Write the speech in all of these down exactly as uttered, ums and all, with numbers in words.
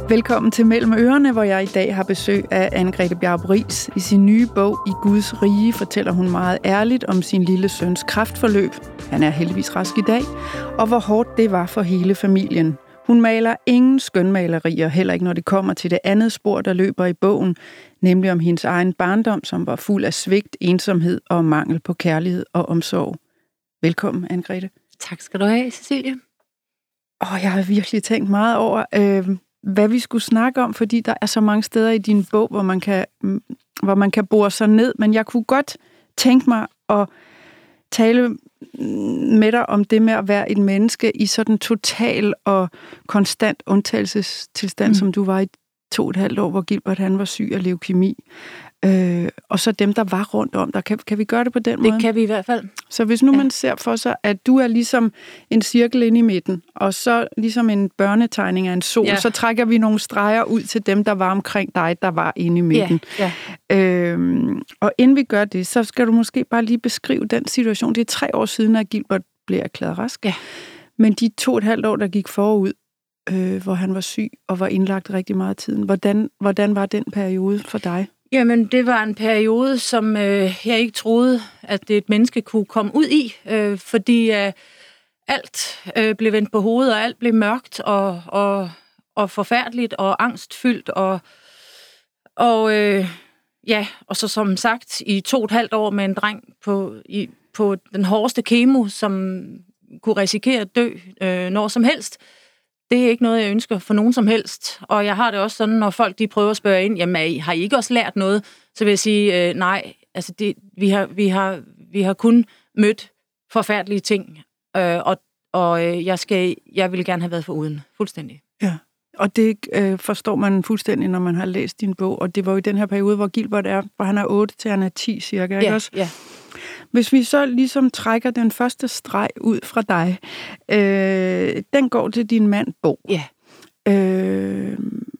Velkommen til Mellem Ørerne, hvor jeg i dag har besøg af Anne-Grethe Bjarup Riis. I sin nye bog I Guds Rige fortæller hun meget ærligt om sin lille søns kræftforløb. Han er heldigvis rask i dag, og hvor hårdt det var for hele familien. Hun maler ingen skønmalerier, heller ikke når det kommer til det andet spor, der løber i bogen, nemlig om hendes egen barndom, som var fuld af svigt, ensomhed og mangel på kærlighed og omsorg. Velkommen, Anne-Grethe. Tak skal du have, Cecilie. Åh, jeg har virkelig tænkt meget over, øh, hvad vi skulle snakke om, fordi der er så mange steder i din bog, hvor man kan, hvor man kan bore sig ned, men jeg kunne godt tænke mig at tale med dig om det med at være et menneske i sådan total og konstant undtagelsestilstand, mm. som du var i to og et halvt år, hvor Gilbert han var syg af leukemi. Øh, og så dem, der var rundt om dig. Kan, kan vi gøre det på den måde? Det kan vi i hvert fald. Så hvis nu ja. man ser for sig, at du er ligesom en cirkel inde i midten, og så ligesom en børnetegning af en sol, ja. så trækker vi nogle streger ud til dem, der var omkring dig, der var inde i midten. Ja. Ja. Øh, og inden vi gør det, så skal du måske bare lige beskrive den situation. Det er tre år siden, at Gilbert blev erklæret rask. Ja. Men de to og et halvt år, der gik forud, øh, hvor han var syg og var indlagt rigtig meget af tiden. Hvordan, hvordan var den periode for dig? Jamen, det var en periode, som øh, jeg ikke troede, at det et menneske kunne komme ud i, øh, fordi øh, alt øh, blev vendt på hovedet, og alt blev mørkt og, og, og forfærdeligt og angstfyldt. Og, og øh, ja, og så som sagt, i to og et halvt år med en dreng på, i, på den hårdeste kemo, som kunne risikere at dø øh, når som helst. Det er ikke noget, jeg ønsker for nogen som helst. Og jeg har det også sådan, når folk de prøver at spørge ind, jamen har I ikke også lært noget? Så vil jeg sige, øh, nej, altså det, vi, har, vi, har, vi har kun mødt forfærdelige ting. Øh, og og øh, jeg, skal, jeg ville gerne have været foruden. Fuldstændig. Ja, og det øh, forstår man fuldstændig, når man har læst din bog. Og det var jo i den her periode, hvor Gilbert er, hvor han er otte til han er ti cirka, ikke ja, også? Ja. Hvis vi så ligesom trækker den første streg ud fra dig, øh, den går til din mand Bo. Ja. Øh,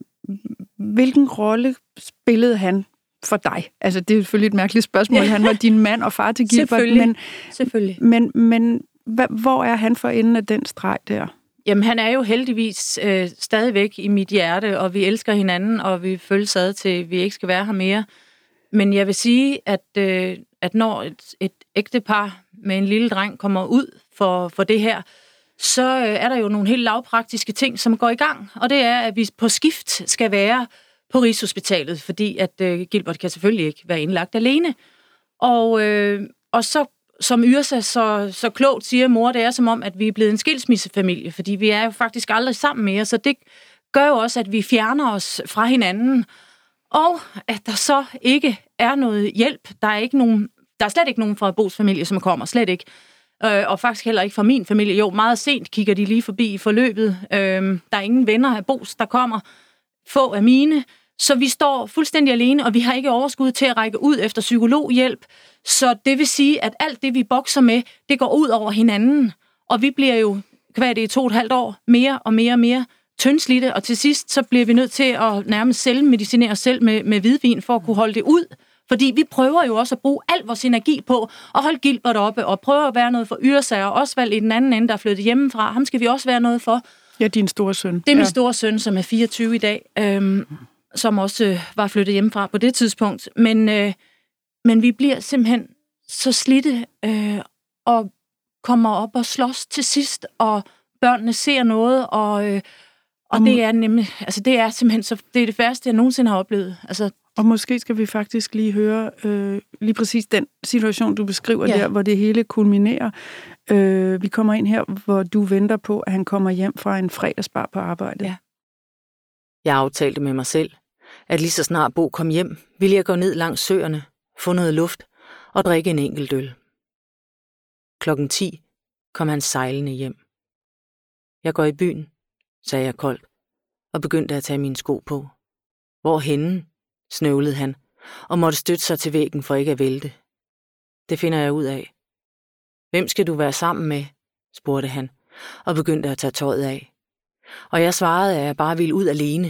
hvilken rolle spillede han for dig? Altså, det er selvfølgelig et mærkeligt spørgsmål. Ja. Han var din mand og far til Gilbert. Selvfølgelig. Men, selvfølgelig. Men, men hvor er han for enden af den streg der? Jamen, han er jo heldigvis øh, stadigvæk i mit hjerte, og vi elsker hinanden, og vi følges ad til, vi ikke skal være her mere. Men jeg vil sige, at, øh, at når et, et ægtepar med en lille dreng kommer ud for, for det her, så øh, er der jo nogle helt lavpraktiske ting, som går i gang. Og det er, at vi på skift skal være på Rigshospitalet, fordi at øh, Gilbert kan selvfølgelig ikke være indlagt alene. Og, øh, og så, som Yrsa så, så klogt siger mor, det er som om, at vi er blevet en skilsmissefamilie, fordi vi er jo faktisk aldrig sammen mere, så det gør jo også, at vi fjerner os fra hinanden. Og at der så ikke er noget hjælp. Der er, ikke nogen, der er slet ikke nogen fra Bo's familie, som kommer. Slet ikke. Øh, og faktisk heller ikke fra min familie. Jo, meget sent kigger de lige forbi i forløbet. Øh, der er ingen venner af Bo's, der kommer. Få af mine. Så vi står fuldstændig alene, og vi har ikke overskud til at række ud efter psykologhjælp. Så det vil sige, at alt det, vi bokser med, det går ud over hinanden. Og vi bliver jo, hvad er det, i to og et halvt år, mere og mere og mere tyndslidte, og til sidst så bliver vi nødt til at nærmest selvmedicinere os selv med, med hvidvin for at kunne holde det ud. Fordi vi prøver jo også at bruge al vores energi på at holde Gilbert oppe, og prøve at være noget for Yrsa, og Osvald i den anden ende, der er flyttet hjemmefra. Ham skal vi også være noget for. Ja, din store søn. Det er min ja. store søn, som er fireogtyve i dag, øhm, som også øh, var flyttet hjemmefra på det tidspunkt. Men, øh, men vi bliver simpelthen så slidte, øh, og kommer op og slås til sidst, og børnene ser noget, og... Øh, Og det er nemlig, altså det er simpelthen så, det er det værste, jeg nogensinde har oplevet. Altså, og måske skal vi faktisk lige høre øh, lige præcis den situation, du beskriver ja. der, hvor det hele kulminerer. Øh, vi kommer ind her, hvor du venter på, at han kommer hjem fra en fredagsbar på arbejde. Ja. Jeg aftalte med mig selv, at lige så snart Bo kom hjem, ville jeg gå ned langs søerne, få noget luft og drikke en enkelt øl. Klokken ti kom han sejlende hjem. Jeg går i byen, sagde jeg koldt, og begyndte at tage mine sko på. Hvorhenne? Snøvlede han, og måtte støtte sig til væggen for ikke at vælte. Det finder jeg ud af. Hvem skal du være sammen med? Spurgte han, og begyndte at tage tøjet af. Og jeg svarede, at jeg bare ville ud alene.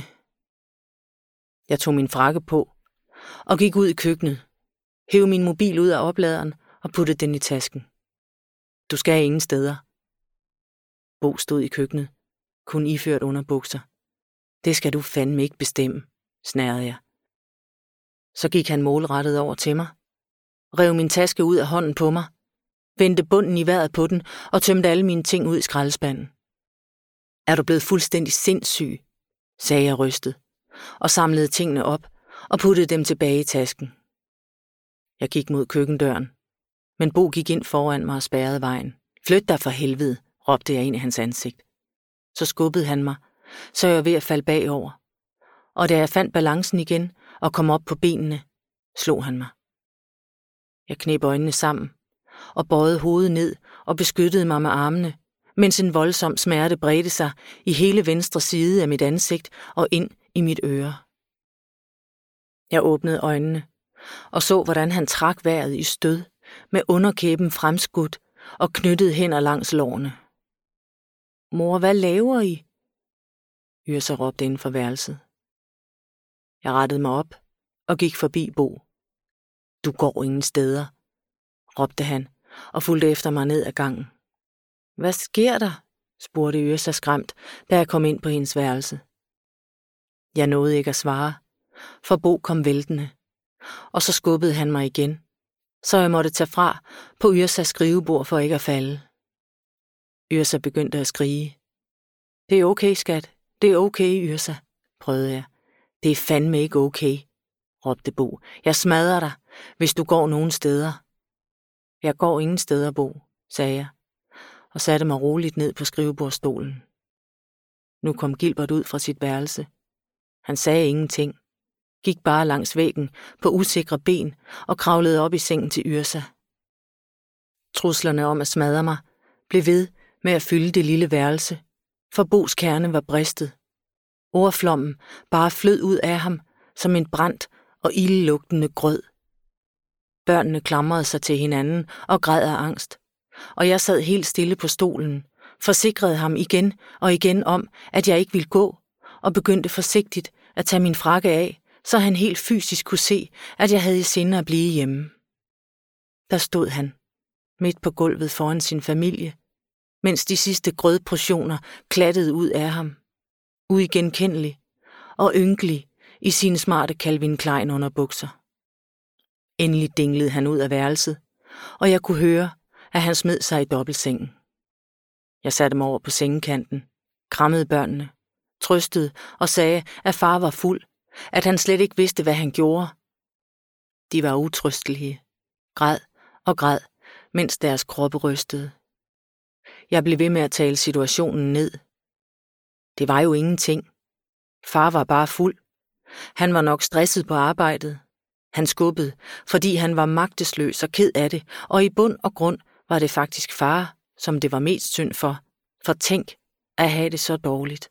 Jeg tog min frakke på, og gik ud i køkkenet, hev min mobil ud af opladeren og puttede den i tasken. Du skal ingen steder. Bo stod i køkkenet, kun iført under bukser. Det skal du fandme ikke bestemme, snærede jeg. Så gik han målrettet over til mig, rev min taske ud af hånden på mig, vendte bunden i vejret på den og tømte alle mine ting ud i skraldespanden. Er du blevet fuldstændig sindssyg, sagde jeg rystet, og samlede tingene op og puttede dem tilbage i tasken. Jeg gik mod køkkendøren, men Bo gik ind foran mig og spærrede vejen. Flyt dig for helvede, råbte jeg ind i hans ansigt. Så skubbede han mig, så jeg var ved at falde bagover. Og da jeg fandt balancen igen og kom op på benene, slog han mig. Jeg kneb øjnene sammen og bøjede hovedet ned og beskyttede mig med armene, mens en voldsom smerte bredte sig i hele venstre side af mit ansigt og ind i mit øre. Jeg åbnede øjnene og så, hvordan han trak vejret i stød med underkæben fremskudt og knyttede hænder langs lårene. Mor, hvad laver I? Yrsa råbte inden for værelset. Jeg rettede mig op og gik forbi Bo. Du går ingen steder, råbte han og fulgte efter mig ned ad gangen. Hvad sker der? Spurgte Yrsa skræmt, da jeg kom ind på hendes værelse. Jeg nåede ikke at svare, for Bo kom væltende, og så skubbede han mig igen, så jeg måtte tage fra på Yrsas skrivebord for ikke at falde. Yrsa begyndte at skrige. Det er okay, skat. Det er okay, Yrsa, prøvede jeg. Det er fandme ikke okay, råbte Bo. Jeg smadrer dig, hvis du går nogen steder. Jeg går ingen steder, Bo, sagde jeg, og satte mig roligt ned på skrivebordsstolen. Nu kom Gilbert ud fra sit værelse. Han sagde ingenting, gik bare langs væggen på usikre ben og kravlede op i sengen til Yrsa. Truslerne om at smadre mig blev ved med at fylde det lille værelse, for Bos kerne var bristet. Ordflommen bare flød ud af ham som en brændt og ildelugtende grød. Børnene klamrede sig til hinanden og græd af angst, og jeg sad helt stille på stolen, forsikrede ham igen og igen om, at jeg ikke ville gå, og begyndte forsigtigt at tage min frakke af, så han helt fysisk kunne se, at jeg havde i sinde at blive hjemme. Der stod han, midt på gulvet foran sin familie, mens de sidste grødportioner klattede ud af ham, uigenkendelig og ynkelig i sine smarte Calvin Klein underbukser. Endelig dinglede han ud af værelset, og jeg kunne høre, at han smed sig i dobbeltsengen. Jeg satte mig over på sengekanten, krammede børnene, trøstede og sagde, at far var fuld, at han slet ikke vidste, hvad han gjorde. De var utrøstelige, græd og græd, mens deres kroppe rystede. Jeg blev ved med at tale situationen ned. Det var jo ingenting. Far var bare fuld. Han var nok stresset på arbejdet. Han skubbede, fordi han var magtesløs og ked af det, og i bund og grund var det faktisk far, som det var mest synd for. For tænk at have det så dårligt.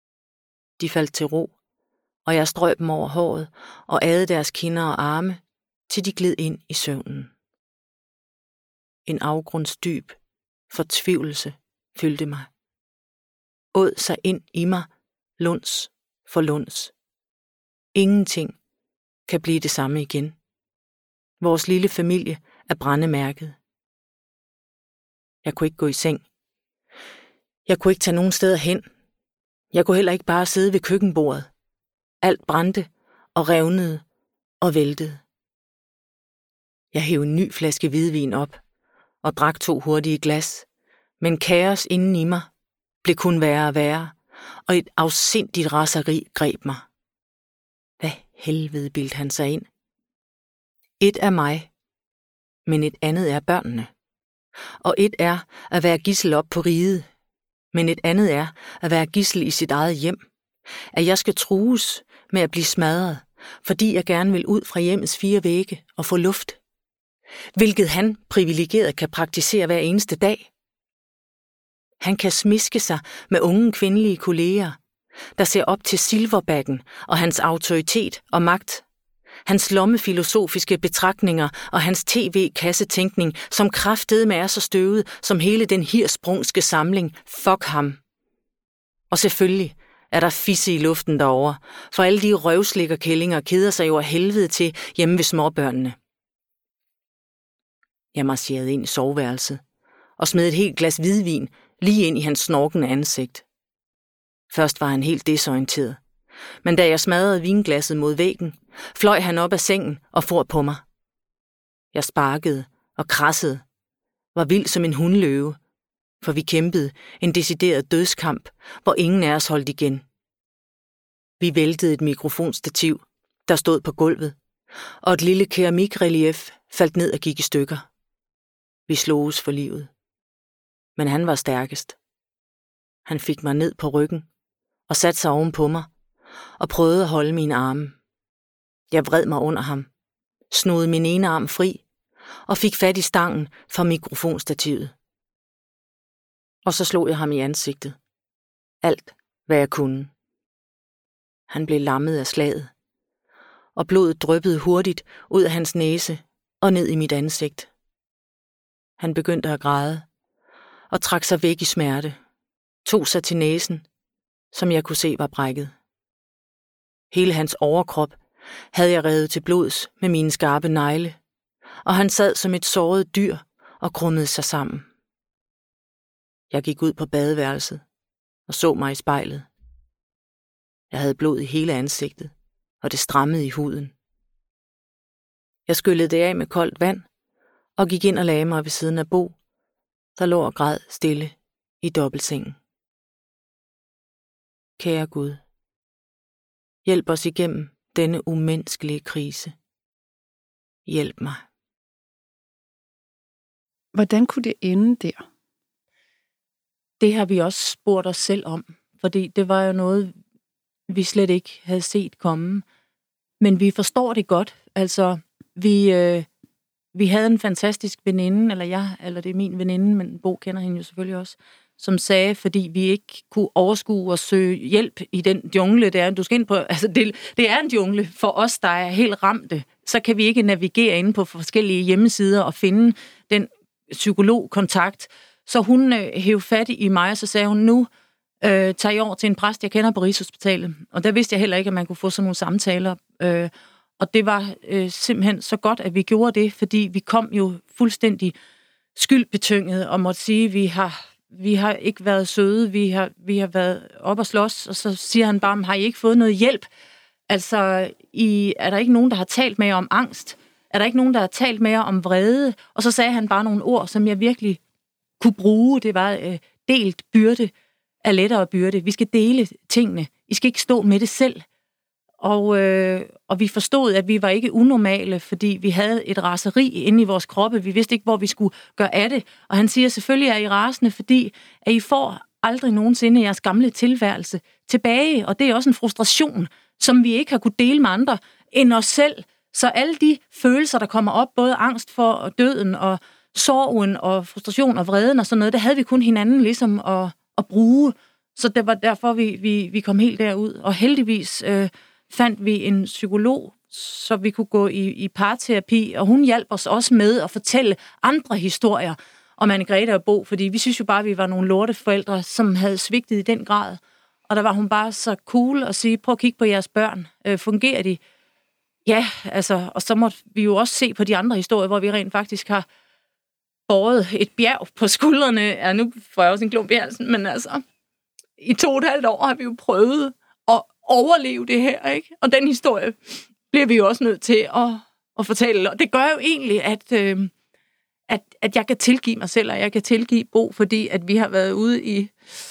De faldt til ro, og jeg strøg dem over håret og adede deres kinder og arme, til de gled ind i søvnen. En afgrundsdyb fortvivlelse fyldte mig. Åd sig ind i mig, luns for luns. Ingenting kan blive det samme igen. Vores lille familie er brændemærket. Jeg kunne ikke gå i seng. Jeg kunne ikke tage nogen steder hen. Jeg kunne heller ikke bare sidde ved køkkenbordet. Alt brændte og revnede og væltede. Jeg hev en ny flaske hvidvin op og drak to hurtige glas, men kaos inden i mig blev kun værre og værre, og et afsindigt raseri greb mig. Hvad helvede bildte han sig ind? Et er mig, men et andet er børnene. Og et er at være gidsel op på riget, men et andet er at være gidsel i sit eget hjem. At jeg skal trues med at blive smadret, fordi jeg gerne vil ud fra hjemmets fire vægge og få luft. Hvilket han privilegeret kan praktisere hver eneste dag. Han kan smiske sig med unge kvindelige kolleger, der ser op til Silverbacken og hans autoritet og magt. Hans lommefilosofiske betragtninger og hans tv-kassetænkning, som kraftedeme er så støvet som hele den hirsprungske samling. Fuck ham. Og selvfølgelig er der fisse i luften derovre, for alle de røvslikkerkællinger keder sig jo af helvede til hjemme ved småbørnene. Jeg marcherede ind i soveværelset og smed et helt glas hvidvin lige ind i hans snorkende ansigt. Først var han helt desorienteret, Men da jeg smadrede vinglasset mod væggen, fløj han op af sengen og for på mig. Jeg sparkede og krassede, var vild som en hundløve, for vi kæmpede en decideret dødskamp, hvor ingen af os holdt igen. Vi væltede et mikrofonstativ, der stod på gulvet, og et lille keramikrelief faldt ned og gik i stykker. Vi sloges for livet. Men han var stærkest. Han fik mig ned på ryggen og satte sig oven på mig og prøvede at holde mine arme. Jeg vred mig under ham, snodede min ene arm fri og fik fat i stangen fra mikrofonstativet. Og så slog jeg ham i ansigtet. Alt, hvad jeg kunne. Han blev lammet af slaget, og blodet dryppede hurtigt ud af hans næse og ned i mit ansigt. Han begyndte at græde og trak sig væk i smerte, tog sig til næsen, som jeg kunne se var brækket. Hele hans overkrop havde jeg revet til blods med mine skarpe negle, og han sad som et såret dyr og krummede sig sammen. Jeg gik ud på badeværelset og så mig i spejlet. Jeg havde blod i hele ansigtet, og det strammede i huden. Jeg skyllede det af med koldt vand og gik ind og lagde mig ved siden af Bo, der lå og græd stille i dobbeltsengen. Kære Gud, hjælp os igennem denne umenneskelige krise. Hjælp mig. Hvordan kunne det ende der? Det har vi også spurgt os selv om, fordi det var jo noget, vi slet ikke havde set komme. Men vi forstår det godt. Altså, vi, øh, vi havde en fantastisk veninde, eller jeg, eller det er min veninde, men Bo kender hende jo selvfølgelig også, som sagde, fordi vi ikke kunne overskue og søge hjælp i den jungle, det er, du skal ind på, altså det, det er en jungle for os, der er helt ramte, så kan vi ikke navigere inde på forskellige hjemmesider og finde den psykologkontakt. Så hun øh, hævde fat i mig, og så sagde hun, nu øh, tager jeg over til en præst, jeg kender på Rigshospitalet. Og der vidste jeg heller ikke, at man kunne få sådan nogle samtaler. Øh, og det var øh, simpelthen så godt, at vi gjorde det, fordi vi kom jo fuldstændig skyldbetynget og måtte sige, at vi har, vi har ikke været søde, vi har, vi har været op og slås, og så siger han bare, har I ikke fået noget hjælp? Altså, I, er der ikke nogen, der har talt med jer om angst? Er der ikke nogen, der har talt med jer om vrede? Og så sagde han bare nogle ord, som jeg virkelig kunne bruge. Det var øh, delt byrde er lettere byrde. Vi skal dele tingene. I skal ikke stå med det selv. Og, øh, og vi forstod, at vi var ikke unormale, fordi vi havde et raseri inde i vores kroppe. Vi vidste ikke, hvor vi skulle gøre af det. Og han siger, selvfølgelig er I rasende, fordi at I får aldrig nogensinde jeres gamle tilværelse tilbage. Og det er også en frustration, som vi ikke har kunne dele med andre end os selv. Så alle de følelser, der kommer op, både angst for døden og sorgen og frustration og vreden og sådan noget, det havde vi kun hinanden ligesom at, at bruge. Så det var derfor, vi, vi, vi kom helt derud. Og heldigvis øh, fandt vi en psykolog, så vi kunne gå i, i parterapi, og hun hjalp os også med at fortælle andre historier om Anne-Grethe og Bo, fordi vi synes jo bare, at vi var nogle lorteforældre, som havde svigtet i den grad. Og der var hun bare så cool at sige, prøv at kigge på jeres børn. Øh, fungerer de? Ja, altså, og så måtte vi jo også se på de andre historier, hvor vi rent faktisk har båret et bjerg på skuldrene. Ja, nu får jeg også en klump i halsen, men altså, i to og et halvt år har vi jo prøvet at overleve det her, ikke? Og den historie bliver vi jo også nødt til at, at fortælle. Og det gør jo egentlig, at, øh, at, at jeg kan tilgive mig selv, og jeg kan tilgive Bo, fordi at vi har været ude i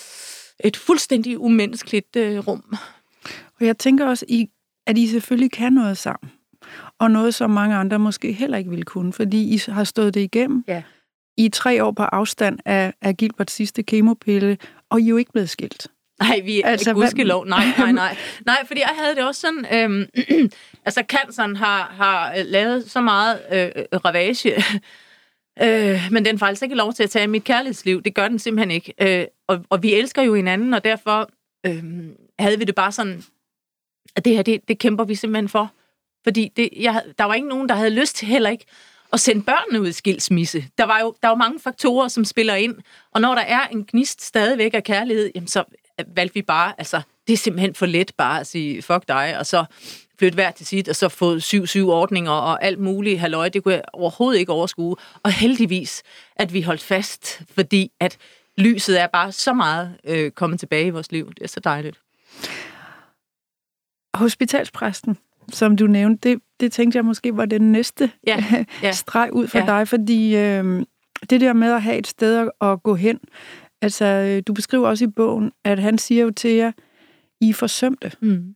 et fuldstændig umenneskeligt øh, rum. Og jeg tænker også, at I selvfølgelig kan noget sammen. Og noget, som mange andre måske heller ikke ville kunne, fordi I har stået det igennem. Ja. I er tre år på afstand af, af Gilberts sidste kemopille, og I er jo ikke blevet skilt. Nej, vi er altså, ikke gudskelov. Nej, nej, nej. Nej, fordi jeg havde det også sådan, øhm, altså canceren har, har lavet så meget øh, ravage, øh, men den får altså ikke lov til at tage mit kærlighedsliv. Det gør den simpelthen ikke. Øh, og, og vi elsker jo hinanden, og derfor øh, havde vi det bare sådan, at det her, det, det kæmper vi simpelthen for. Fordi det, jeg, der var ikke nogen, der havde lyst til heller ikke at sende børnene ud i skilsmisse. Der var jo der var mange faktorer, som spiller ind. Og når der er en gnist stadigvæk af kærlighed, jamen så valgte vi bare, altså det er simpelthen for let bare at sige, fuck dig, og så flytte hver til sit, og så få syv syv ordninger og alt muligt halløj. Det kunne jeg overhovedet ikke overskue. Og heldigvis, at vi holdt fast, fordi at lyset er bare så meget øh, kommet tilbage i vores liv. Det er så dejligt. hospitalspræsten, som du nævnte, det, det tænkte jeg måske var den næste ja, ja. streg ud for ja. dig, fordi øh, det der med at have et sted at, at gå hen, altså du beskriver også i bogen, at han siger jo til jer, I er forsømte. Mm.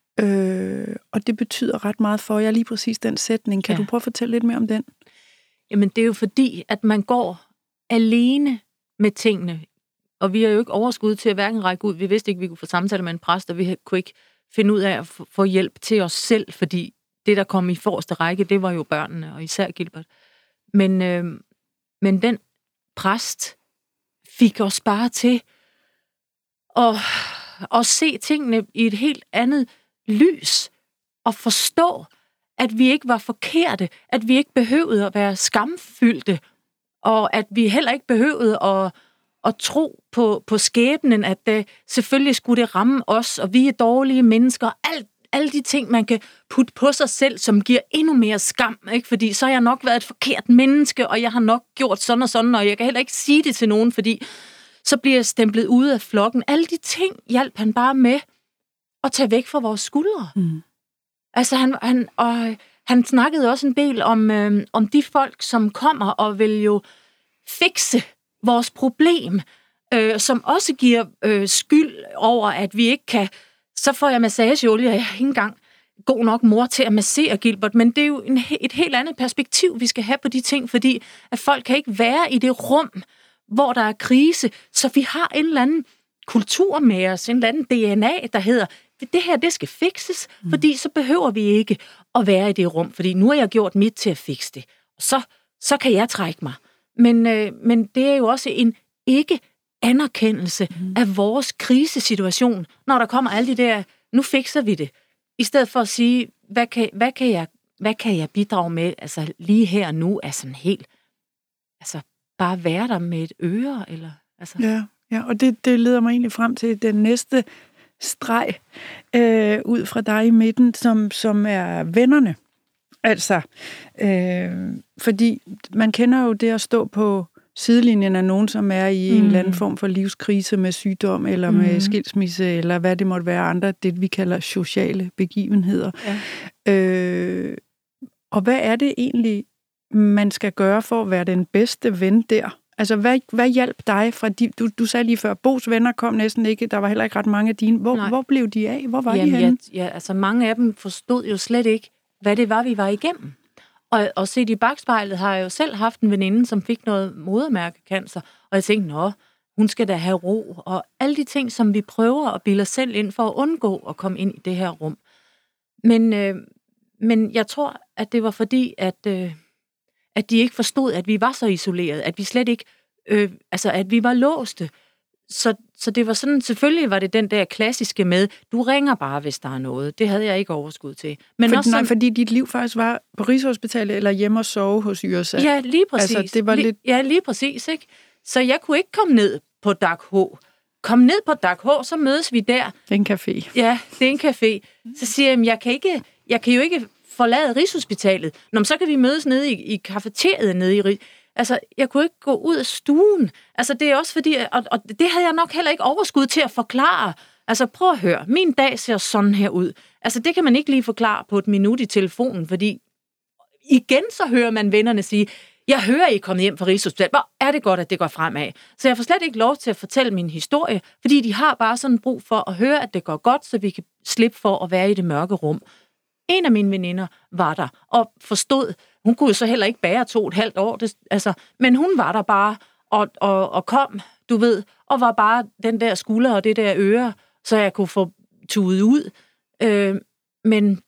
Øh, og det betyder ret meget for jer, lige præcis den sætning. Kan ja. du prøve at fortælle lidt mere om den? Jamen det er jo fordi, at man går alene med tingene, og vi har jo ikke overskud til at hverken række ud. Vi vidste ikke, at vi kunne få samtale med en præst, og vi kunne ikke finde ud af at få hjælp til os selv, fordi det, der kom i forreste række, det var jo børnene, og især Gilbert. Men, øh, men den præst fik os bare til at, at se tingene i et helt andet lys, og forstå, at vi ikke var forkerte, at vi ikke behøvede at være skamfyldte, og at vi heller ikke behøvede at, at tro på, på skæbnen, at det, selvfølgelig skulle det ramme os, og vi er dårlige mennesker. Alt, alle de ting, man kan putte på sig selv, som giver endnu mere skam, ikke? Fordi så har jeg nok været et forkert menneske, og jeg har nok gjort sådan og sådan, og jeg kan heller ikke sige det til nogen, fordi så bliver jeg stemplet ude af flokken. Alle de ting hjalp han bare med at tage væk fra vores skuldre. Mm. Altså, han, han, og han snakkede også en del om, øh, om de folk, som kommer og vil jo fikse vores problem, øh, som også giver øh, skyld over, at vi ikke kan, så får jeg massageolie, og jeg har ikke engang god nok mor til at massere Gilbert, men det er jo en, et helt andet perspektiv, vi skal have på de ting, fordi at folk kan ikke være i det rum, hvor der er krise, så vi har en eller anden kultur med os, en eller anden D N A, der hedder, det her, det skal fikses, mm. fordi så behøver vi ikke at være i det rum, fordi nu har jeg gjort mit til at fikse det, og så, så kan jeg trække mig. Men, øh, men det er jo også en ikke-anerkendelse mm. af vores krisesituation, når der kommer alle de der, nu fikser vi det, i stedet for at sige, hvad kan, hvad kan, jeg, hvad kan jeg bidrage med, altså lige her og nu, er sådan helt, altså bare være der med et øre, eller altså. Ja, ja, og det, det leder mig egentlig frem til den næste streg øh, ud fra dig i midten, som, som er vennerne. Altså, øh, fordi man kender jo det at stå på sidelinjen af nogen, som er i mm. en eller anden form for livskrise med sygdom, eller mm. med skilsmisse, eller hvad det måtte være andre, det vi kalder sociale begivenheder. Ja. Øh, og hvad er det egentlig, man skal gøre for at være den bedste ven der? Altså, hvad, hvad hjalp dig fra de... Du, du sagde lige før, Bos venner kom næsten ikke, der var heller ikke ret mange af dine. Hvor, hvor blev de af? Hvor var Jamen, de henne? Ja, ja, altså mange af dem forstod jo slet ikke, hvad det var, vi var igennem. Og, og set i bagspejlet har jeg jo selv haft en veninde, som fik noget modermærkecancer, og jeg tænkte, nå, hun skal da have ro, og alle de ting, som vi prøver at bilde os selv ind for at undgå at komme ind i det her rum. Men, øh, men jeg tror, at det var fordi, at... Øh, at de ikke forstod, at vi var så isoleret, at vi slet ikke, øh, altså at vi var låste. Så, så det var sådan, selvfølgelig var det den der klassiske med, du ringer bare, hvis der er noget. Det havde jeg ikke overskud til. Men For, også nej, sådan, fordi dit liv faktisk var på Rigshospitalet eller hjemme og sove hos Y S A. Ja, lige præcis. Altså, det var lidt... Ja, lige præcis, ikke? Så jeg kunne ikke komme ned på D A C H. Kom ned på D A C H, så mødes vi der. Det er en café. Ja, det er en café. Så siger jeg, jeg kan ikke, jeg kan jo ikke forlade Rigshospitalet. Nå, så kan vi mødes nede i, i kafeteriet nede i Rig. Altså, jeg kunne ikke gå ud af stuen. Altså, det er også fordi, og, og det havde jeg nok heller ikke overskud til at forklare. Altså, prøv at høre, min dag ser sådan her ud. Altså, det kan man ikke lige forklare på et minut i telefonen, fordi igen så hører man vennerne sige, jeg hører, I er kommet hjem fra Rigshospitalet. Hvor er det godt, at det går fremad. Så jeg får slet ikke lov til at fortælle min historie, fordi de har bare sådan brug for at høre, at det går godt, så vi kan slippe for at være i det mørke rum. En af mine veninder var der, og forstod, hun kunne jo så heller ikke bære to og et halvt år, det, altså, men hun var der bare, og, og, og kom, du ved, og var bare den der skulder og det der øre, så jeg kunne få tudet ud. Øh, men...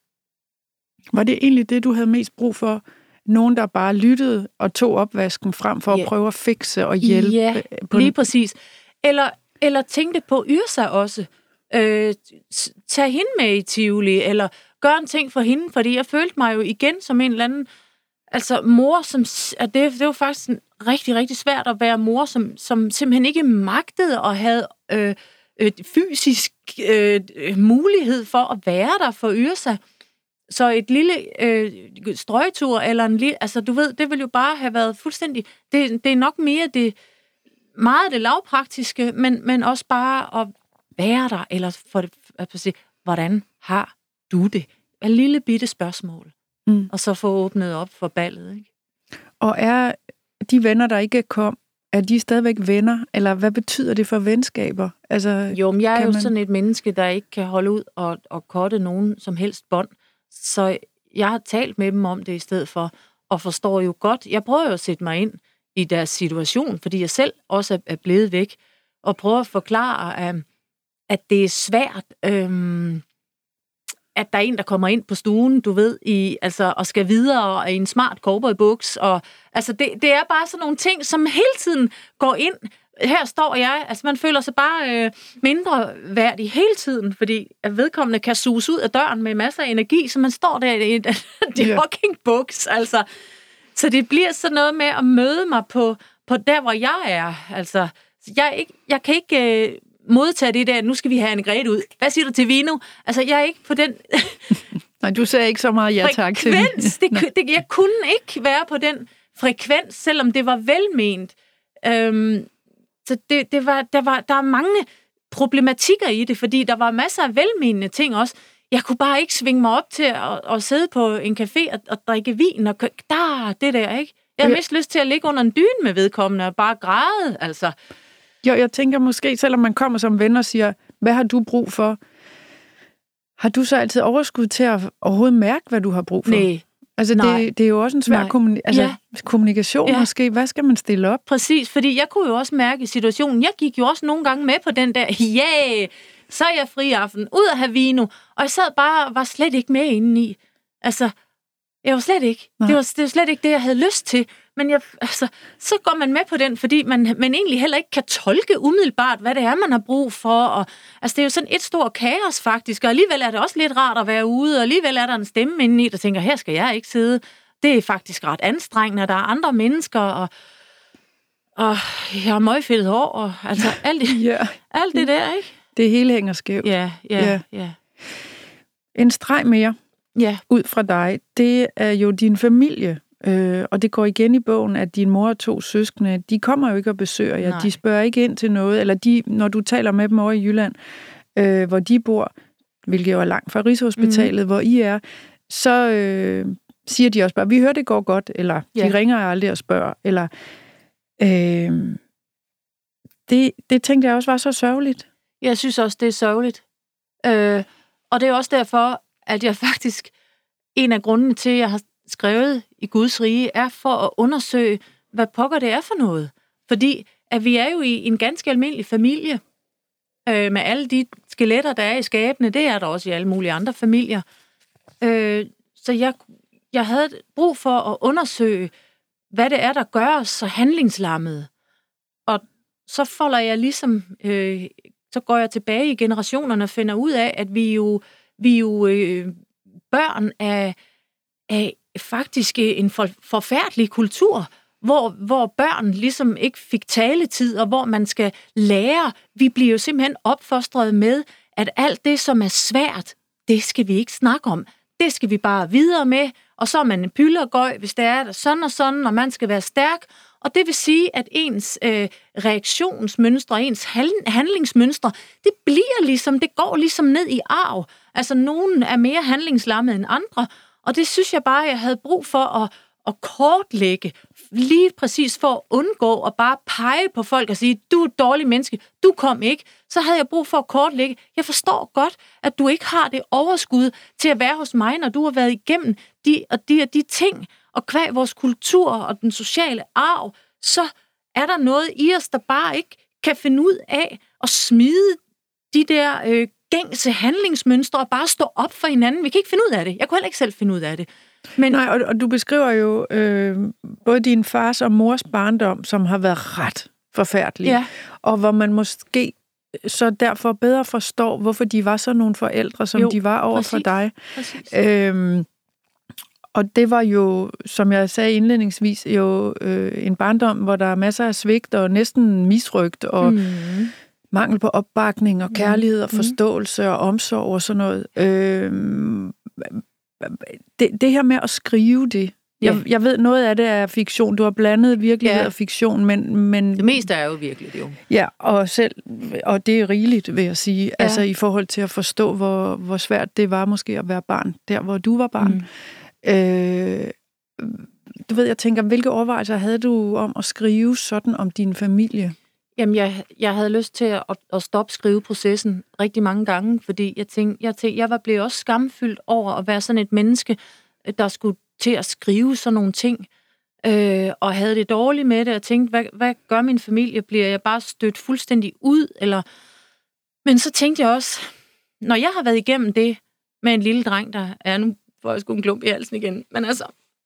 Var det egentlig det, du havde mest brug for? Nogen, der bare lyttede og tog opvasken frem for ja. at prøve at fikse og hjælpe? Ja, på lige præcis. Eller, eller tænkte på Yrsa også. Øh, tag hende med i Tivoli, eller gør en ting for hende, fordi jeg følte mig jo igen som en eller anden, altså mor, som, at det, det var faktisk rigtig, rigtig svært at være mor, som, som simpelthen ikke magtede og havde øh, øh, fysisk øh, mulighed for at være der for Yrsa. Så et lille øh, strøgtur, eller en lille, altså du ved, det ville jo bare have været fuldstændig, det, det er nok mere det, meget det lavpraktiske, men, men også bare at være der, eller for det, at sige, hvordan har du det? Et lille bitte spørgsmål. Mm. Og så få åbnet op for ballet, ikke? Og er de venner, der ikke kom, er de stadigvæk venner? Eller hvad betyder det for venskaber? Altså, jo, men jeg er jo man... sådan et menneske, der ikke kan holde ud og, og korte nogen som helst bånd. Så jeg har talt med dem om det i stedet for, og forstår jo godt. Jeg prøver jo at sætte mig ind i deres situation, fordi jeg selv også er blevet væk, og prøver at forklare, at det er svært, øhm, at der er en, der kommer ind på stuen, du ved, i, altså, og skal videre i en smart cowboybuks. Og, altså, det, det er bare sådan nogle ting, som hele tiden går ind. Her står jeg, altså man føler sig bare øh, mindre værdig hele tiden, fordi at vedkommende kan suges ud af døren med masser af energi, så man står der i en joggingbuks, altså. Så det bliver sådan noget med at møde mig på, på der, hvor jeg er. Altså, jeg, er ikke, jeg kan ikke øh, modtage det der, nu skal vi have en Grete ud. Hvad siger du til Vino? Altså, jeg er ikke på den... Nej, du sagde ikke så meget ja tak til frekvens. Det, det, jeg kunne ikke være på den frekvens, selvom det var velment. Øhm, så det, det var, der, var, der er mange problematikker i det, fordi der var masser af velmenende ting også. Jeg kunne bare ikke svinge mig op til at, at sidde på en café og, og drikke vin og der, det der, ikke? Jeg har mest lyst til at ligge under en dyne med vedkommende og bare græde, altså. Jo, jeg tænker måske, selvom man kommer som ven og siger, hvad har du brug for? Har du så altid overskud til at overhovedet mærke, hvad du har brug for? Nej. Altså, det, det er jo også en svær kommuni- altså, ja. kommunikation ja. måske. Hvad skal man stille op? Præcis, fordi jeg kunne jo også mærke i situationen. Jeg gik jo også nogle gange med på den der, ja, yeah, så er jeg fri aften, ud at have vino. Og jeg sad bare og var slet ikke med indeni. Altså, jeg var slet ikke. Det var, det var slet ikke det, jeg havde lyst til. Men jeg, altså, så går man med på den, fordi man, man egentlig heller ikke kan tolke umiddelbart, hvad det er, man har brug for. Og, altså, det er jo sådan et stort kaos, faktisk. Og alligevel er det også lidt rart at være ude, og alligevel er der en stemme indeni, der tænker, her skal jeg ikke sidde. Det er faktisk ret anstrengende, der er andre mennesker, og, og jeg har møgfældet hår, og altså alt det, ja. alt det der, ikke? Det hele hænger skævt. Ja, ja, ja. ja. En streg mere ja. ud fra dig, det er jo din familie. Øh, og det går igen i bogen, at din mor og to søskende, de kommer jo ikke og besøger jer. Nej. De spørger ikke ind til noget, eller de, når du taler med dem over i Jylland, øh, hvor de bor, hvilket jo er langt fra Rigshospitalet, mm. hvor I er, så øh, siger de også bare, vi hører, det går godt, eller ja. de ringer aldrig og spørger, eller øh, det, det tænkte jeg også var så sørgeligt. Jeg synes også, det er sørgeligt. Øh, og det er også derfor, at jeg faktisk, en af grundene til, at jeg har skrevet i Guds rige, er for at undersøge, hvad pokker det er for noget. Fordi at vi er jo i en ganske almindelig familie, øh, med alle de skeletter, der er i skabene, det er der også i alle mulige andre familier. Øh, så jeg, jeg havde brug for at undersøge, hvad det er, der gør os så handlingslammede. Og så folder jeg ligesom, øh, så går jeg tilbage i generationerne og finder ud af, at vi jo, vi jo øh, børn af, af faktisk en for, forfærdelig kultur, hvor, hvor børn ligesom ikke fik taletid, og hvor man skal lære. Vi bliver jo simpelthen opfostret med, at alt det, som er svært, det skal vi ikke snakke om. Det skal vi bare videre med, og så er man en pyldergøj, hvis det er sådan og sådan, og man skal være stærk. Og det vil sige, at ens øh, reaktionsmønstre, ens handlingsmønstre, det bliver ligesom, det går ligesom ned i arv. Altså, nogen er mere handlingslammede end andre, og det synes jeg bare, jeg havde brug for at, at kortlægge, lige præcis for at undgå at bare pege på folk og sige, du er et dårligt menneske, du kom ikke. Så havde jeg brug for at kortlægge. Jeg forstår godt, at du ikke har det overskud til at være hos mig, når du har været igennem de og de og de ting, og kvad vores kultur og den sociale arv, så er der noget i os, der bare ikke kan finde ud af at smide de der øh, gængse handlingsmønstre og bare stå op for hinanden. Vi kan ikke finde ud af det. Jeg kunne heller ikke selv finde ud af det. Men... Nej, og, og du beskriver jo øh, både din fars og mors barndom, som har været ret forfærdelig, ja. og hvor man måske så derfor bedre forstår, hvorfor de var så nogle forældre, som jo, de var over præcis, for dig. Øhm, og det var jo, som jeg sagde indledningsvis, jo øh, en barndom, hvor der er masser af svigt og næsten misrygt og mm. mangel på opbakning og kærlighed og forståelse og omsorg og sådan noget. Øhm, det, det her med at skrive det, Jeg, ja. jeg ved, noget af det er fiktion. Du har blandet virkelighed ja. og fiktion, men, men... Det meste er jo virkelig det jo. Ja, og, selv, og det er rigeligt, vil jeg sige. Ja. Altså i forhold til at forstå, hvor, hvor svært det var måske at være barn, der hvor du var barn. Mm. Øh, du ved, jeg tænker, hvilke overvejelser havde du om at skrive sådan om din familie? Jamen, jeg, jeg havde lyst til at, at stoppe skriveprocessen rigtig mange gange, fordi jeg tænkte, jeg, tænkte, jeg var blevet også skamfyldt over at være sådan et menneske, der skulle til at skrive sådan nogle ting, øh, og havde det dårligt med det, og tænkte, hvad, hvad gør min familie? Bliver jeg bare stødt fuldstændig ud? Eller... Men så tænkte jeg også, når jeg har været igennem det med en lille dreng, der er nu, får jeg sgu en klump i halsen igen, men altså,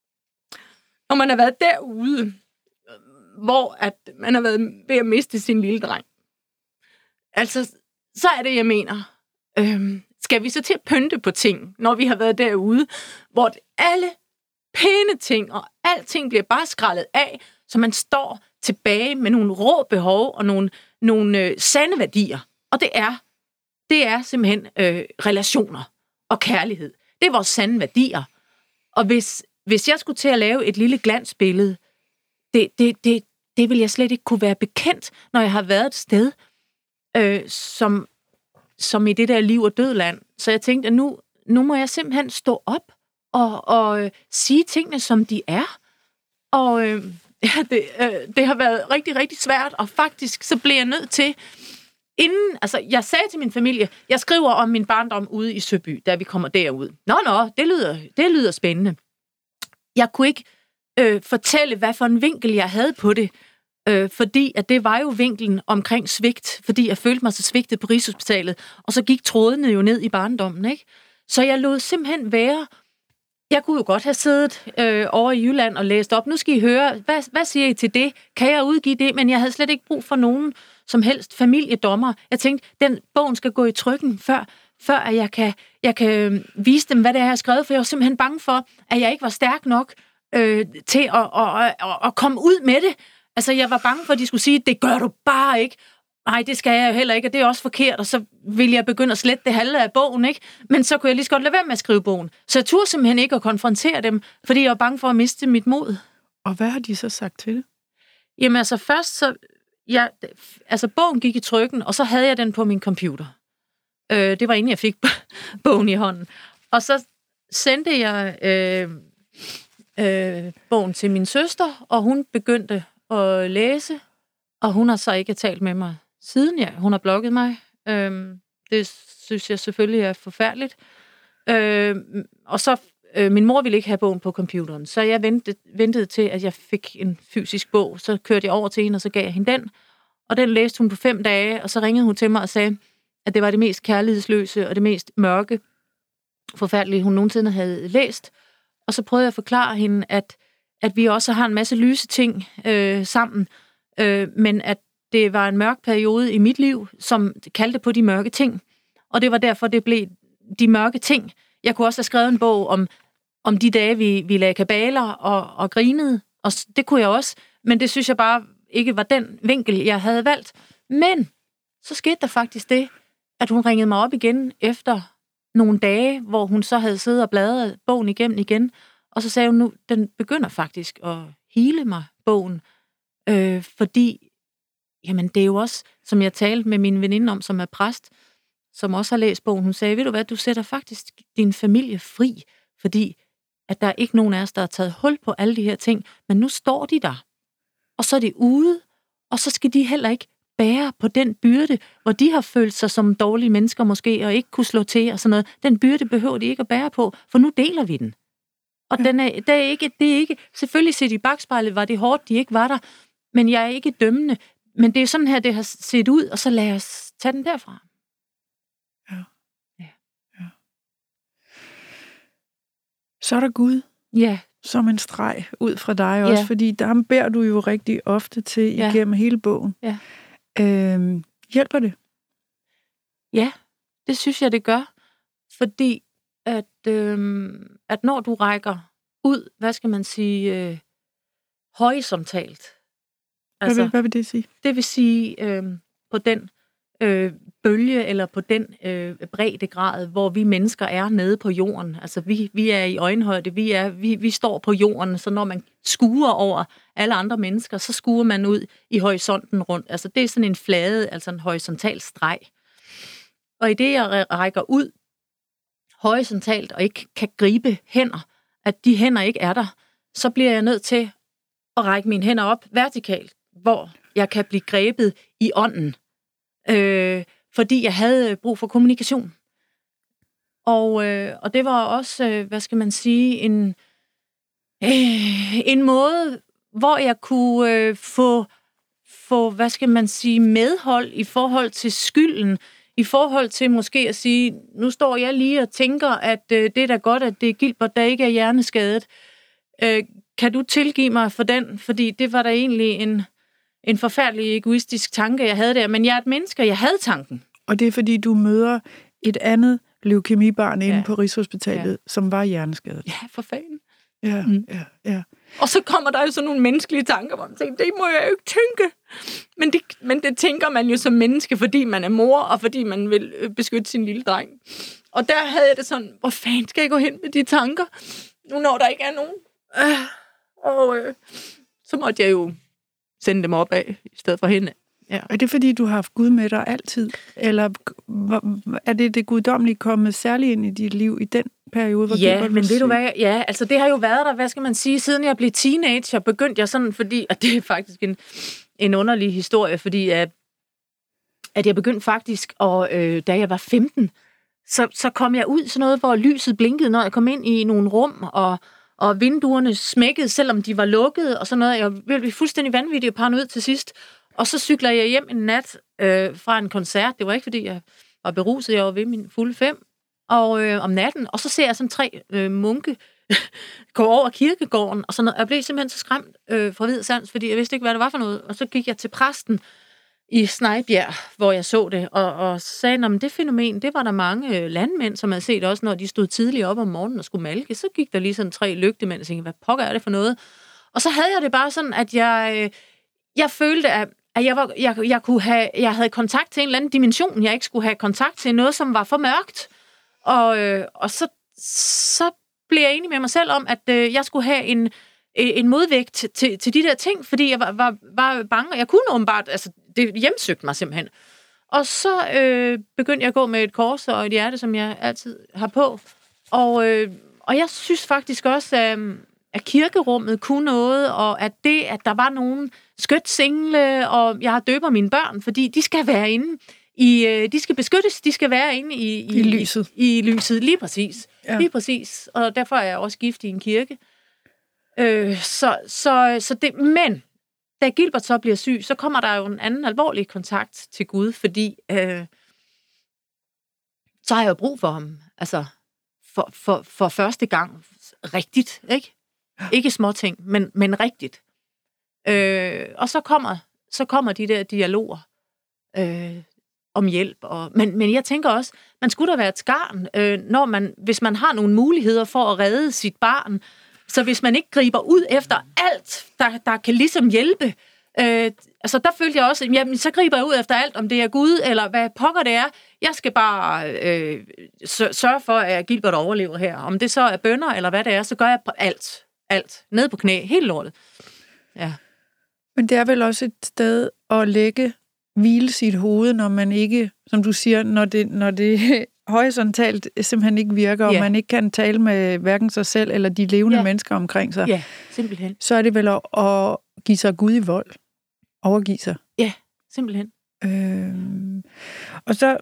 når man har været derude, hvor at man har været ved at miste sin lille dreng, altså, så er det, jeg mener, øhm, skal vi så til at pynte på ting, når vi har været derude, hvor alle pæne ting, og alting bliver bare skrællet af, så man står tilbage med nogle rå behov og nogle, nogle øh, sande værdier. Og det er, det er simpelthen øh, relationer og kærlighed. Det er vores sande værdier. Og hvis, hvis jeg skulle til at lave et lille glansbillede, det, det, det, det vil jeg slet ikke kunne være bekendt, når jeg har været et sted, øh, som, som i det der liv- og dødland. Så jeg tænkte, at nu, nu må jeg simpelthen stå op og, og øh, sige tingene, som de er. Og øh, ja, det, øh, det har været rigtig, rigtig svært, og faktisk så blev jeg nødt til, inden, altså jeg sagde til min familie, jeg skriver om min barndom ude i Søby, da vi kommer derud. Nå, nå, det lyder, det lyder spændende. Jeg kunne ikke øh, fortælle, hvad for en vinkel jeg havde på det, øh, fordi at det var jo vinklen omkring svigt, fordi jeg følte mig så svigtet på Rigshospitalet, og så gik trådene jo ned i barndommen, ikke? Så jeg lod simpelthen være. Jeg kunne jo godt have siddet øh, over i Jylland og læst op. Nu skal I høre, hvad, hvad siger I til det? Kan jeg udgive det? Men jeg havde slet ikke brug for nogen som helst familiedommer. Jeg tænkte, den bogen skal gå i trykken, før, før at jeg kan, jeg kan vise dem, hvad det er, jeg har skrevet. For jeg var simpelthen bange for, at jeg ikke var stærk nok øh, til at, at, at, at komme ud med det. Altså, jeg var bange for, at de skulle sige, det gør du bare ikke. Nej, det skal jeg jo heller ikke, og det er også forkert, og så ville jeg begynde at slette det halve af bogen, ikke? Men så kunne jeg lige så godt lade være med at skrive bogen. Så jeg turde simpelthen ikke at konfrontere dem, fordi jeg var bange for at miste mit mod. Og hvad har de så sagt til det? Jamen altså først, så... Ja, altså bogen gik i trykken, og så havde jeg den på min computer. Øh, det var inden jeg fik bogen i hånden. Og så sendte jeg øh, øh, bogen til min søster, og hun begyndte at læse, og hun har så ikke talt med mig siden. Ja, hun har blokket mig. Øh, det synes jeg selvfølgelig er forfærdeligt. Øh, og så, øh, min mor ville ikke have bogen på computeren, så jeg ventede, ventede til, at jeg fik en fysisk bog. Så kørte jeg over til hende, og så gav jeg hende den. Og den læste hun på fem dage, og så ringede hun til mig og sagde, at det var det mest kærlighedsløse og det mest mørke, forfærdelige, hun nogensinde havde læst. Og så prøvede jeg at forklare hende, at, at vi også har en masse lyse ting øh, sammen, øh, men at det var en mørk periode i mit liv, som kaldte på de mørke ting. Og det var derfor, det blev de mørke ting. Jeg kunne også have skrevet en bog om, om de dage, vi, vi lagde kabaler og, og grinede, og det kunne jeg også, men det synes jeg bare ikke var den vinkel, jeg havde valgt. Men så skete der faktisk det, at hun ringede mig op igen efter nogle dage, hvor hun så havde siddet og bladret bogen igennem igen, og så sagde hun nu, den begynder faktisk at hele mig, bogen, øh, fordi, jamen det er jo også, som jeg talte med min veninde om, som er præst, som også har læst bogen, hun sagde, ved du hvad, du sætter faktisk din familie fri, fordi at der er ikke nogen af os, der har taget hul på alle de her ting, men nu står de der, og så er de ude, og så skal de heller ikke bære på den byrde, hvor de har følt sig som dårlige mennesker måske, og ikke kunne slå til og sådan noget. Den byrde behøver de ikke at bære på, for nu deler vi den. Og ja. den er, det, er ikke, det er ikke, selvfølgelig set i bagspejlet, var det hårdt, de ikke var der, men jeg er ikke dømmende. Men det er sådan her, det har set ud, og så lad os tage den derfra. Ja. Ja. ja. Så er der Gud. Ja. Som en streg ud fra dig også, ja. Fordi der bærer du jo rigtig ofte til ja. Igennem hele bogen. Ja. Øhm, hjælper det? Ja, det synes jeg, det gør. Fordi at, øhm, at når du rækker ud, hvad skal man sige, øh, horisontalt. Altså, hvad, vil, hvad vil det sige? Det vil sige, øh, på den øh, bølge eller på den øh, breddegrad, hvor vi mennesker er nede på jorden. Altså vi, vi er i øjenhøjde, vi, er, vi, vi står på jorden, så når man skuer over alle andre mennesker, så skuer man ud i horisonten rundt. Altså det er sådan en flade, altså en horisontal streg. Og i det, jeg rækker ud horisontalt og ikke kan gribe hænder, at de hænder ikke er der, så bliver jeg nødt til at række mine hænder op vertikalt, hvor jeg kan blive grebet i ånden. Øh, fordi jeg havde brug for kommunikation. Og, øh, og det var også, øh, hvad skal man sige, en, øh, en måde, hvor jeg kunne øh, få, få, hvad skal man sige, medhold i forhold til skylden, i forhold til måske at sige, nu står jeg lige og tænker, at øh, det er da godt, at det er Gilbert, der ikke er hjerneskadet. Øh, kan du tilgive mig for den? Fordi det var da egentlig en, en forfærdelig egoistisk tanke, jeg havde der. Men jeg er et menneske, og jeg havde tanken. Og det er, fordi du møder et andet leukemibarn inde Ja. på Rigshospitalet, ja. som var hjerneskadet. Ja, for fanden. Ja, Mm. ja, ja. Og så kommer der jo sådan nogle menneskelige tanker, hvor man tænker, det må jeg jo ikke tænke. Men det, men det tænker man jo som menneske, fordi man er mor, og fordi man vil øh, beskytte sin lille dreng. Og der havde jeg det sådan, hvor fanden skal jeg gå hen med de tanker, nu når der ikke er nogen. Øh, og øh, så måtte jeg jo sende dem opad, i stedet for hende. Ja. Er det, fordi du har haft Gud med dig altid? Eller er det det guddommelige kommet særligt ind i dit liv i den periode, hvor Ja, Gilbert men var ved du syg? hvad, ja, altså det har jo været der, hvad skal man sige, siden jeg blev teenager, begyndte jeg sådan, fordi, og det er faktisk en, en underlig historie, fordi at, at jeg begyndte faktisk, og øh, da jeg var femten, så, så kom jeg ud sådan noget, hvor lyset blinkede, når jeg kom ind i nogle rum, og, og vinduerne smækkede, selvom de var lukkede, og sådan noget. Jeg blev fuldstændig vanvittig og paranoid til sidst. Og så cykler jeg hjem en nat øh, fra en koncert. Det var ikke, fordi jeg var beruset, jeg var ved min fulde fem. Og øh, om natten, og så ser jeg sådan tre øh, munke gå over kirkegården, og sådan noget. Jeg blev simpelthen så skræmt øh, fra vid sans, fordi jeg vidste ikke, hvad det var for noget. Og så gik jeg til præsten i Snejbjerg, hvor jeg så det, og, og sagde, at det fænomen, det var der mange øh, landmænd, som havde set også, når de stod tidligt op om morgenen og skulle malke. Så gik der lige sådan tre lygtemænd og tænkte, hvad pokker er det for noget? Og så havde jeg det bare sådan, at jeg, øh, jeg følte, at at jeg, var, jeg, jeg, kunne have, jeg havde kontakt til en eller anden dimension, jeg ikke skulle have kontakt til, noget, som var for mørkt. Og, øh, og så, så blev jeg enig med mig selv om, at øh, jeg skulle have en, en modvægt til, til, til de der ting, fordi jeg var, var, var bange, og jeg kunne åbenbart, altså det hjemsøgte mig simpelthen. Og så øh, begyndte jeg at gå med et kors og et hjerte, som jeg altid har på. Og, øh, og jeg synes faktisk også, at, at kirkerummet kunne noget, og at det, at der var nogen skytsengle, og jeg har døber mine børn, fordi de skal være inde i, de skal beskyttes, de skal være inde i, i, I lyset. I, i lyset, lige præcis. Ja. Lige præcis. Og derfor er jeg også gift i en kirke. Øh, så, så, så det, men da Gilbert så bliver syg, så kommer der jo en anden alvorlig kontakt til Gud, fordi øh, så har jeg jo brug for ham. Altså, for, for, for første gang rigtigt, ikke? Ikke småting, men, men rigtigt. Øh, og så kommer, så kommer de der dialoger øh, om hjælp. Og, men, men jeg tænker også, man skulle da være et skarn, øh, når man, hvis man har nogle muligheder for at redde sit barn. Så hvis man ikke griber ud efter alt, der, der kan ligesom hjælpe, øh, altså der følte jeg også, jamen så griber jeg ud efter alt, om det er Gud, eller hvad pokker det er. Jeg skal bare øh, sørge for, at Gilbert overlever her. Om det så er bønner, eller hvad det er, så gør jeg på alt. Alt. Ned på knæ. Helt lortet. Ja. Men det er vel også et sted at lægge, hvile sit hoved, når man ikke, som du siger, når det, når det horisontalt simpelthen ikke virker, og Ja. man ikke kan tale med hverken sig selv eller de levende Ja. mennesker omkring sig, Ja, simpelthen. så er det vel at, at give sig Gud i vold. Overgive sig. Ja, simpelthen. Øhm, og så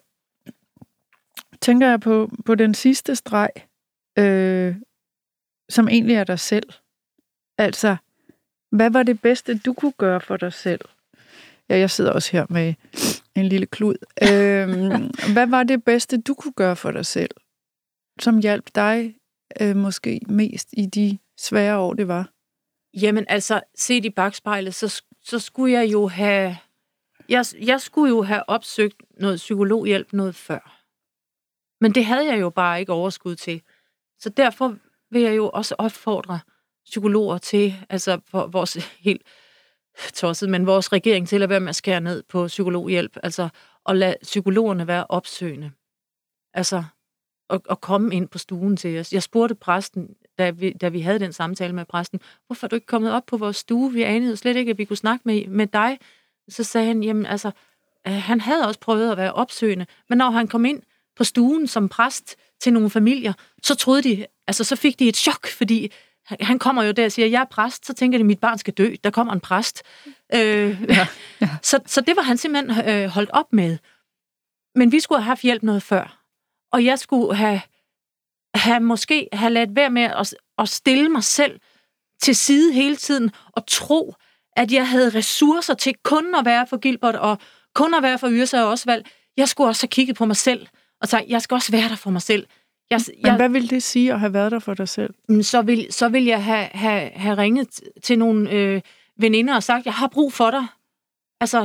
tænker jeg på, på den sidste streg, øh, som egentlig er dig selv. Altså, hvad var det bedste, du kunne gøre for dig selv? Ja, jeg sidder også her med en lille klud. øhm, hvad var det bedste, du kunne gøre for dig selv, som hjalp dig øh, måske mest i de svære år, det var? Jamen altså, set i bagspejlet, så, så skulle jeg jo have... Jeg, jeg skulle jo have opsøgt noget psykologhjælp noget før. Men det havde jeg jo bare ikke overskud til. Så derfor vil jeg jo også opfordre psykologer til, altså for vores helt tosset, men vores regering til at være med at skære ned på psykologhjælp. Altså, at lade psykologerne være opsøgende. Altså, at, at komme ind på stuen til os. Jeg spurgte præsten, da vi, da vi havde den samtale med præsten, hvorfor er du ikke kommet op på vores stue? Vi anede slet ikke, at vi kunne snakke med, med dig. Så sagde han, jamen altså, han havde også prøvet at være opsøgende, men når han kom ind på stuen som præst til nogle familier, så troede de, altså så fik de et chok, fordi han kommer jo der og siger, jeg er præst, så tænker de, mit barn skal dø, der kommer en præst. Øh, ja, ja. Så, så det var han simpelthen øh, holdt op med. Men vi skulle have haft hjælp noget før, og jeg skulle have, have måske have ladt være med at, at stille mig selv til side hele tiden, og tro, at jeg havde ressourcer til kun at være for Gilbert, og kun at være for Yrsa og Osvald. Jeg skulle også have kigget på mig selv, og sagt, jeg skal også være der for mig selv. Jeg, Men jeg, hvad vil det sige at have været der for dig selv? Så vil, så vil jeg have, have, have ringet til nogle øh, veninder og sagt, jeg har brug for dig. Altså,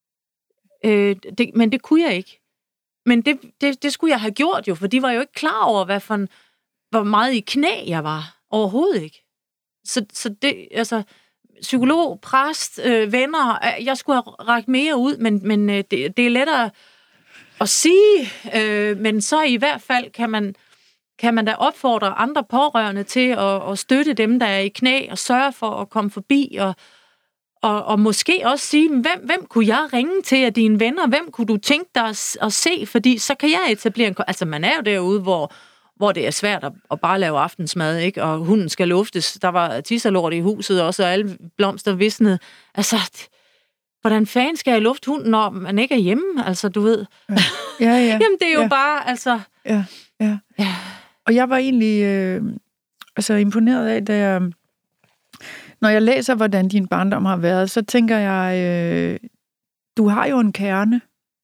øh, det, men det kunne jeg ikke. Men det, det, det skulle jeg have gjort jo, for de var jo ikke klar over, hvad for en, hvor meget i knæ jeg var. Overhovedet ikke. Så, så det, altså, psykolog, præst, øh, venner, jeg skulle have rakt mere ud, men, men øh, det, det er lettere at sige, øh, men så i hvert fald kan man, kan man da opfordre andre pårørende til at, at støtte dem, der er i knæ, og sørge for at komme forbi, og, og, og måske også sige, hvem, hvem kunne jeg ringe til af dine venner, hvem kunne du tænke dig at, at se, fordi så kan jeg etablere en... Altså, man er jo derude, hvor, hvor det er svært at, at bare lave aftensmad, ikke? Og hunden skal luftes. Der var tisserlort i huset også, og alle blomster visnede. Altså, hvordan fanden skal jeg lufte hunden, når man ikke er hjemme? Altså, du ved. Ja, ja. ja. Jamen, det er jo ja. bare, altså... Ja, ja. ja. Og jeg var egentlig øh, altså imponeret af, da jeg... Når jeg læser, hvordan din barndom har været, så tænker jeg, øh, du har jo en kerne.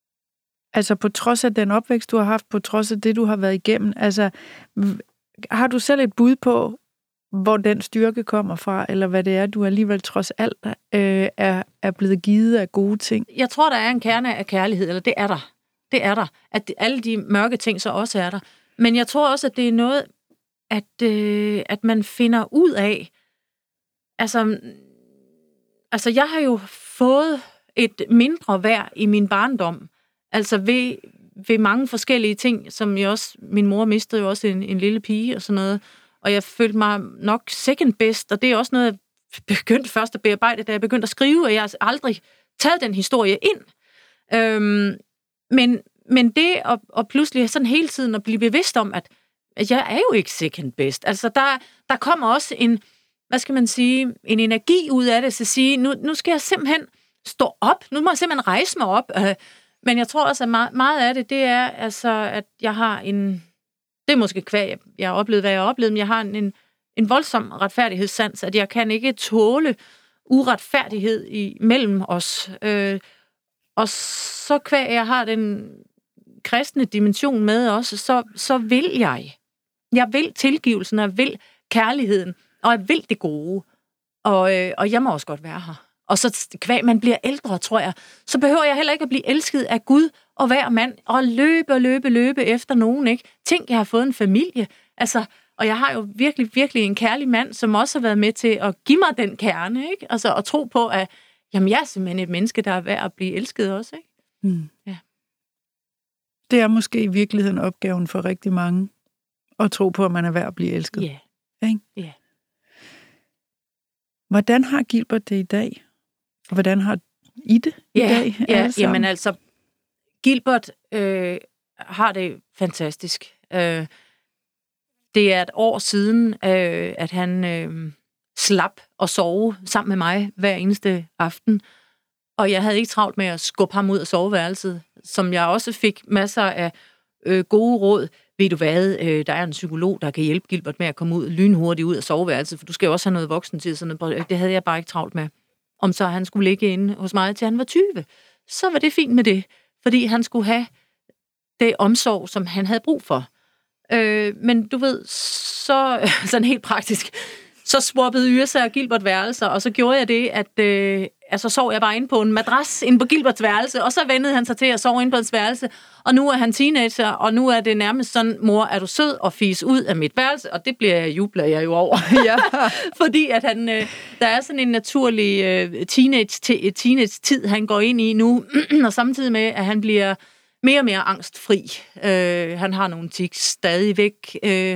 Altså på trods af den opvækst, du har haft, på trods af det, du har været igennem. Altså, har du selv et bud på, hvor den styrke kommer fra, eller hvad det er, du alligevel trods alt øh, er, er blevet givet af gode ting? Jeg tror, der er en kerne af kærlighed, eller det er der. Det er der. At alle de mørke ting så også er der. Men jeg tror også, at det er noget, at, øh, at man finder ud af. Altså, altså, jeg har jo fået et mindre værd i min barndom. Altså ved, ved mange forskellige ting, som jeg også... Min mor mistede jo også en, en lille pige og sådan noget. Og jeg følte mig nok second best, og det er også noget, jeg begyndte først at bearbejde, da jeg begyndte at skrive, og jeg har aldrig taget den historie ind. Øhm, men, men det at, at pludselig sådan hele tiden at blive bevidst om, at, at jeg er jo ikke second best. Altså der, der kommer også en, hvad skal man sige, en energi ud af det, så at sige, nu, nu skal jeg simpelthen stå op, nu må jeg simpelthen rejse mig op. Øh, men jeg tror også, at meget, meget af det, det er, altså, at jeg har en... Det er måske kvæg, jeg har oplevet, hvad jeg har oplevet, men jeg har en, en voldsom retfærdighedssans, at jeg kan ikke tåle uretfærdighed imellem os. Øh, og så kvæg, jeg har den kristne dimension med også, så, så vil jeg. Jeg vil tilgivelsen, og jeg vil kærligheden, og jeg vil det gode. Og, øh, og jeg må også godt være her. Og så kvæg, man bliver ældre, tror jeg, så behøver jeg heller ikke at blive elsket af Gud og hver mand, og løbe og løbe, løbe efter nogen, ikke? Tænk, jeg har fået en familie, altså, og jeg har jo virkelig, virkelig en kærlig mand, som også har været med til at give mig den kerne, ikke? Altså, at tro på, at jamen, jeg er simpelthen et menneske, der er værd at blive elsket også, ikke? Mm. Ja. Det er måske i virkeligheden opgaven for rigtig mange, at tro på, at man er værd at blive elsket. Ja. Yeah. Ikke? Ja. Yeah. Hvordan har Gilbert det i dag? Og hvordan har I det i ja, dag? Ja, jamen altså, Gilbert øh, har det fantastisk. Øh, det er et år siden, øh, at han øh, slap og sove sammen med mig hver eneste aften. Og jeg havde ikke travlt med at skubbe ham ud af soveværelset, som jeg også fik masser af øh, gode råd. Ved du hvad, øh, der er en psykolog, der kan hjælpe Gilbert med at komme ud lynhurtigt ud af soveværelset, for du skal jo også have noget voksentid. Sådan noget. Det havde jeg bare ikke travlt med. Om så han skulle ligge inde hos mig, til han var tyve, så var det fint med det, fordi han skulle have det omsorg, som han havde brug for. Øh, men du ved, så sådan helt praktisk, så swappede Yrsa og Gilbert værelser, og så gjorde jeg det, at, øh, altså sov jeg bare inde på en madras, inde på Gilberts værelse, og så vendede han sig til at sove inde på hans værelse, og nu er han teenager, og nu er det nærmest sådan, mor, er du sød og fis ud af mit værelse, og det bliver jeg, jubler jeg jo over. Ja. Fordi at han, øh, der er sådan en naturlig øh, teenage, teenage-tid, han går ind i nu, og samtidig med, at han bliver mere og mere angstfri. Øh, han har nogle tics stadigvæk, øh,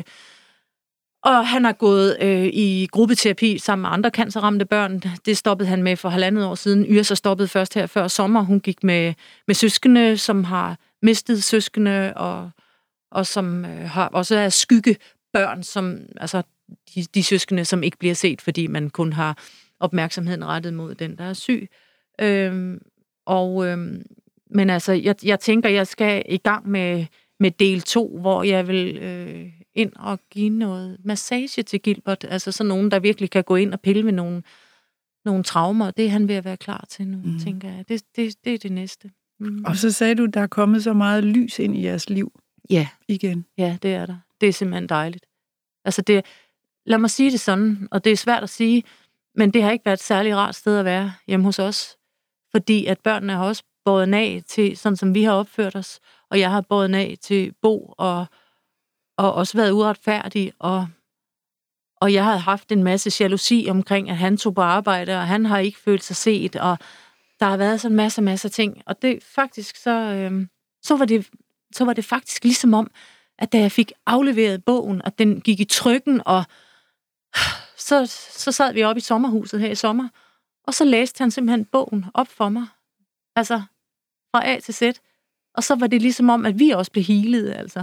og han har gået øh, i gruppeterapi sammen med andre cancerramte børn. Det stoppede han med for halvandet år siden. Yrsa stoppede først her før sommer. Hun gik med, med søskende, som har mistet søskende, og, og som øh, har også er skyggebørn, som, altså de, de søskende, som ikke bliver set, fordi man kun har opmærksomheden rettet mod den, der er syg. Øh, og, øh, men altså, jeg, jeg tænker, jeg skal i gang med, med del to, hvor jeg vil... Øh, ind og give noget massage til Gilbert. Altså sådan nogen, der virkelig kan gå ind og pille med nogle, nogle traumer. Det er han ved at være klar til nu, mm. tænker jeg. Det, det, det er det næste. Mm. Og så sagde du, der er kommet så meget lys ind i jeres liv. Ja. Igen. Ja, det er der. Det er simpelthen dejligt. Altså det, lad mig sige det sådan, og det er svært at sige, men det har ikke været et særligt rart sted at være hjemme hos os. Fordi at børnene har også båret af til, sådan som vi har opført os, og jeg har båret af til Bo og og også været uretfærdig, og, og jeg havde haft en masse jalousi omkring, at han tog på arbejde, og han har ikke følt sig set, og der har været sådan en masse, masse ting. Og det faktisk, så, øh, så, var det, så var det faktisk ligesom om, at da jeg fik afleveret bogen, at den gik i trykken, og så, så sad vi oppe i sommerhuset her i sommer, og så læste han simpelthen bogen op for mig. Altså, fra A til Z. Og så var det ligesom om, at vi også blev healet, altså.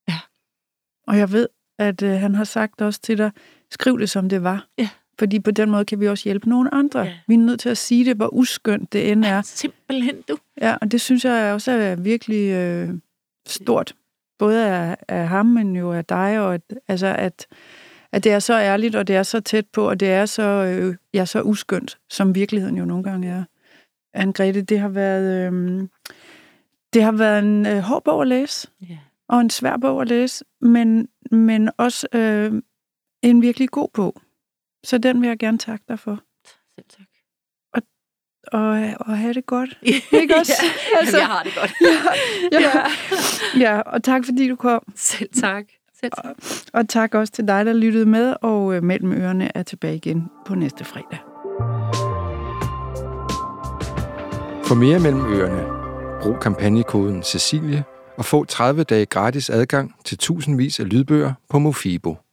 Og jeg ved, at øh, han har sagt også til dig, skriv det som det var. Ja. Fordi på den måde kan vi også hjælpe nogle andre. Ja. Vi er nødt til at sige det, hvor uskyndt det end er. Ja, simpelthen du. Ja, og det synes jeg også er virkelig øh, stort. Både af, af ham, men jo af dig. Og at, altså, at, at det er så ærligt, og det er så tæt på, og det er så, øh, ja, så uskyndt, som virkeligheden jo nogle gange er. Anne-Grethe, det har været, øh, det har været en øh, hård bog at læse. Ja. Og en svær bog at læse, men, men også øh, en virkelig god bog. Så den vil jeg gerne takke dig for. Selv tak. Og, og, og have det godt. Ikke også? Ja, altså, jeg har det godt. ja, ja. ja, og tak fordi du kom. Selv tak. Selv tak. Og, og tak også til dig, der lyttede med, og øh, Mellem Ørerne er tilbage igen på næste fredag. For mere Mellem Ørerne, brug kampagnekoden Cecilie, og få tredive dage gratis adgang til tusindvis af lydbøger på Mofibo.